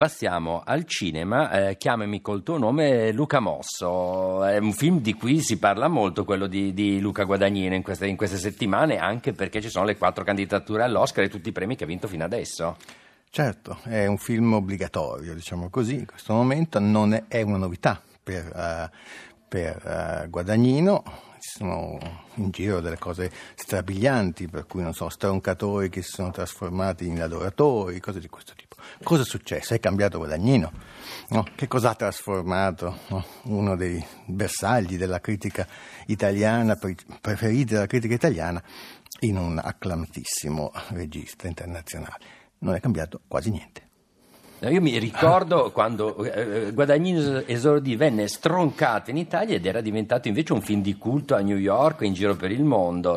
Passiamo al cinema, Chiamami col tuo nome, Luca Mosso. È un film di cui si parla molto, quello di Luca Guadagnino in queste settimane, anche perché ci sono le 4 candidature all'Oscar e tutti i premi che ha vinto fino adesso. Certo, è un film obbligatorio, diciamo così, in questo momento non è una novità per Guadagnino. Ci sono in giro delle cose strabilianti, per cui non so, stroncatori che si sono trasformati in adoratori, cose di questo tipo. Cosa è successo? È cambiato Guadagnino? No? Che cosa ha trasformato, no? Uno dei bersagli della critica italiana, preferiti della critica italiana, in un acclamatissimo regista internazionale? Non è cambiato quasi niente. Io mi ricordo quando Guadagnino esordì, venne stroncato in Italia ed era diventato invece un film di culto a New York, in giro per il mondo.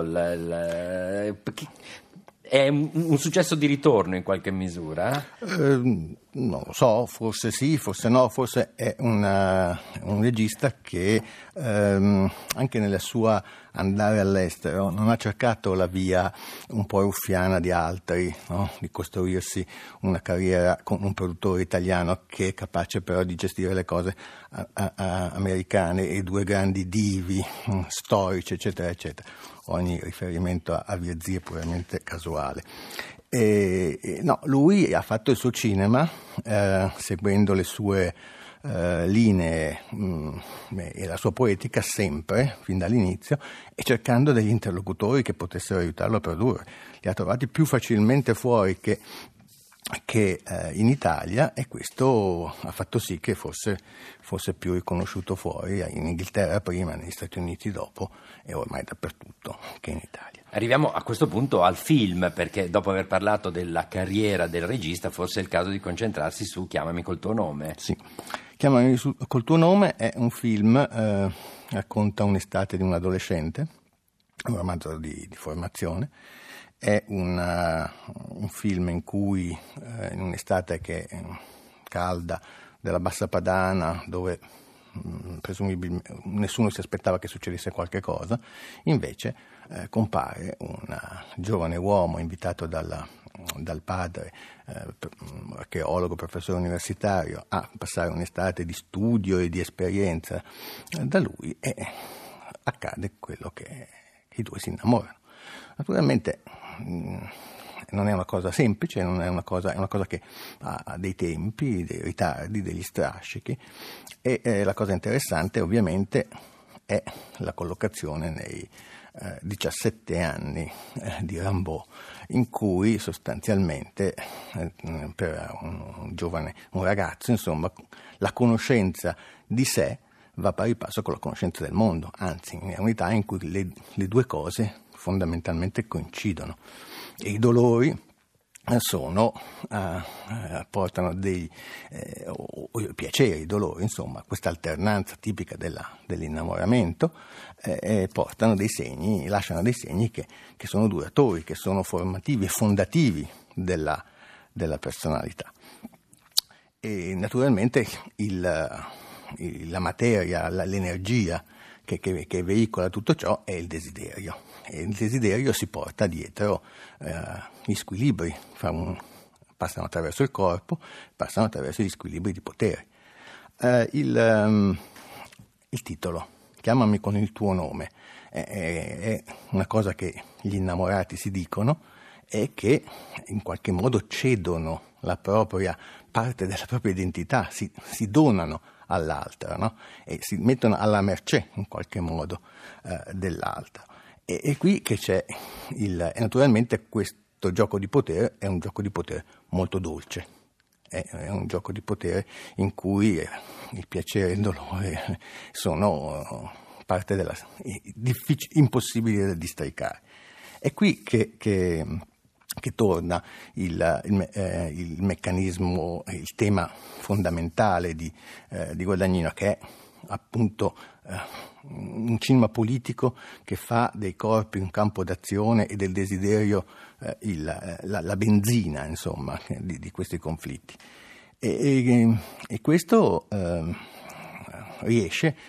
È un successo di ritorno in qualche misura? Non lo so, forse sì, forse no, forse è un regista che anche nella sua andare all'estero non ha cercato la via un po' ruffiana di altri, no? Di costruirsi una carriera con un produttore italiano che è capace però di gestire le cose americane e 2 grandi divi storici, eccetera, eccetera. Ogni riferimento a Virzì è puramente casuale. No, lui ha fatto il suo cinema seguendo le sue linee e la sua poetica sempre, fin dall'inizio, e cercando degli interlocutori che potessero aiutarlo a produrre. Li ha trovati più facilmente fuori che in Italia, e questo ha fatto sì che fosse più riconosciuto fuori, in Inghilterra prima, negli Stati Uniti dopo e ormai dappertutto che in Italia. Arriviamo a questo punto al film, perché dopo aver parlato della carriera del regista forse è il caso di concentrarsi su Chiamami col tuo nome. Sì, Chiamami col tuo nome è un film, racconta un'estate di un adolescente, un romanzo di formazione. È un film in cui, in un'estate che è calda della Bassa Padana, dove presumibilmente nessuno si aspettava che succedesse qualche cosa, invece compare un giovane uomo invitato dal padre, archeologo, professore universitario, a passare un'estate di studio e di esperienza da lui, e accade quello che i 2 si innamorano. Naturalmente non è una cosa semplice, è una cosa che ha dei tempi, dei ritardi, degli strascichi, e la cosa interessante ovviamente è la collocazione nei 17 anni di Rimbaud, in cui sostanzialmente per un ragazzo, insomma, la conoscenza di sé va pari passo con la conoscenza del mondo, anzi è un'età in cui le 2 cose fondamentalmente coincidono, e i dolori portano o i piaceri, i dolori, insomma, questa alternanza tipica dell'innamoramento, portano dei segni, lasciano dei segni che sono duratori, che sono formativi e fondativi della personalità. E naturalmente la materia, l'energia che veicola tutto ciò è il desiderio, e il desiderio si porta dietro gli squilibri, passano attraverso il corpo, passano attraverso gli squilibri di potere. Il titolo, Chiamami con il tuo nome, è una cosa che gli innamorati si dicono e che in qualche modo cedono la propria parte della propria identità, si donano all'altra, no? E si mettono alla mercé in qualche modo dell'altra. E qui che c'è e naturalmente questo gioco di potere è un gioco di potere molto dolce, è un gioco di potere in cui il piacere e il dolore sono parte della impossibile da districare. È qui che torna il meccanismo, il tema fondamentale di Guadagnino, che è appunto un cinema politico che fa dei corpi un campo d'azione e del desiderio la benzina, insomma, di questi conflitti. E questo riesce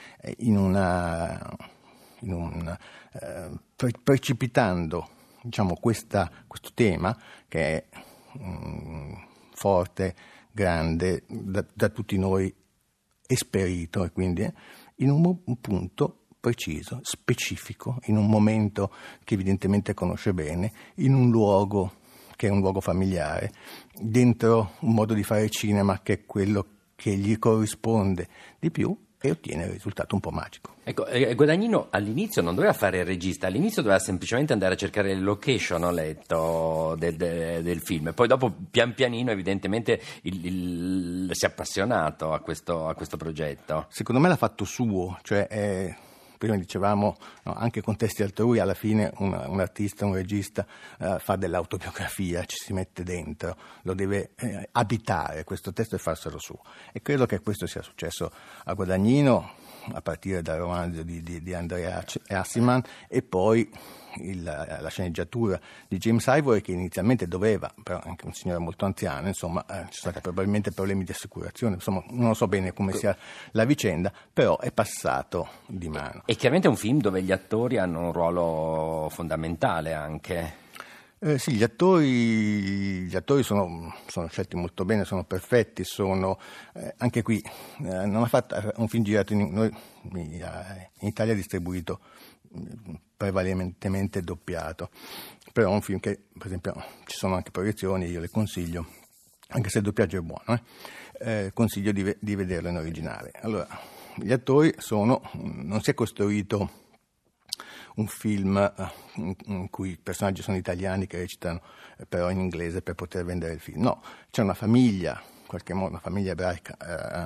precipitando, diciamo, questo tema che è forte grande, da tutti noi esperito, e quindi in un punto preciso, specifico, in un momento che evidentemente conosce bene, in un luogo che è un luogo familiare, dentro un modo di fare cinema che è quello che gli corrisponde di più, e ottiene il risultato un po' magico. Ecco, Guadagnino all'inizio non doveva fare il regista, all'inizio doveva semplicemente andare a cercare le location, ho letto, del film. Poi dopo, pian pianino, evidentemente si è appassionato a questo progetto. Secondo me l'ha fatto suo, cioè prima dicevamo, no, anche con testi altrui alla fine un artista, un regista fa dell'autobiografia, ci si mette dentro, lo deve abitare questo testo e farselo suo, e credo che questo sia successo a Guadagnino a partire dal romanzo di Andrea Assiman, e poi la sceneggiatura di James Ivory, che inizialmente doveva, però anche un signore molto anziano, insomma, ci sono stati probabilmente problemi di assicurazione, insomma non so bene come sia la vicenda, però è passato di mano. E chiaramente è un film dove gli attori hanno un ruolo fondamentale anche. Sì, gli attori sono scelti molto bene, sono perfetti, anche qui non ha fatto un film girato in Italia, distribuito prevalentemente doppiato, però è un film che, per esempio, ci sono anche proiezioni, io le consiglio, anche se il doppiaggio è buono, consiglio di vederlo in originale. Allora, gli attori non si è costruito un film in cui i personaggi sono italiani che recitano però in inglese per poter vendere il film. No, c'è una famiglia, in qualche modo una famiglia ebraica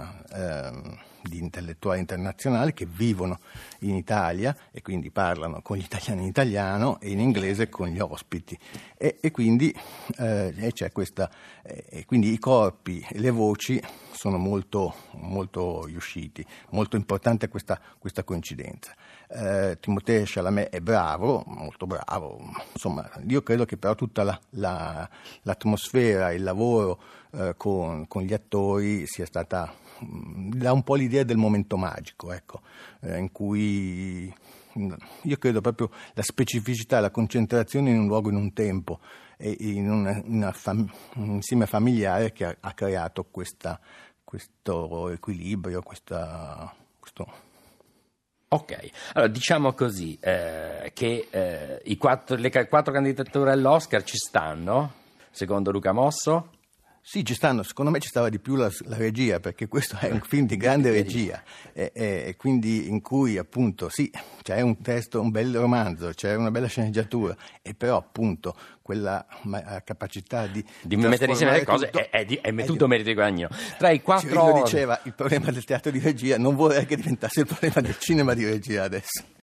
di intellettuali internazionali che vivono in Italia e quindi parlano con gli italiani in italiano e in inglese con gli ospiti. E quindi c'è questa, quindi i corpi e le voci sono molto, molto riusciti, molto importante questa coincidenza. Timothée Chalamet è bravo, molto bravo, insomma, io credo che però tutta l'atmosfera, il lavoro con gli attori sia stata, dà un po' l'idea del momento magico, ecco, in cui io credo proprio la specificità, la concentrazione in un luogo, in un tempo e in un insieme familiare che ha creato questo equilibrio, questo. Ok, allora diciamo così che le quattro candidature all'Oscar ci stanno, secondo Luca Mosso? Sì, ci stanno, secondo me ci stava di più la regia, perché questo è un film di grande regia e quindi in cui appunto sì, c'è un testo, un bel romanzo, c'è una bella sceneggiatura, e però appunto quella capacità di mettere insieme le cose è tutto merito di Guadagnino. Tra i quattro, lo diceva, il problema del teatro di regia non vorrei che diventasse il problema del cinema di regia adesso.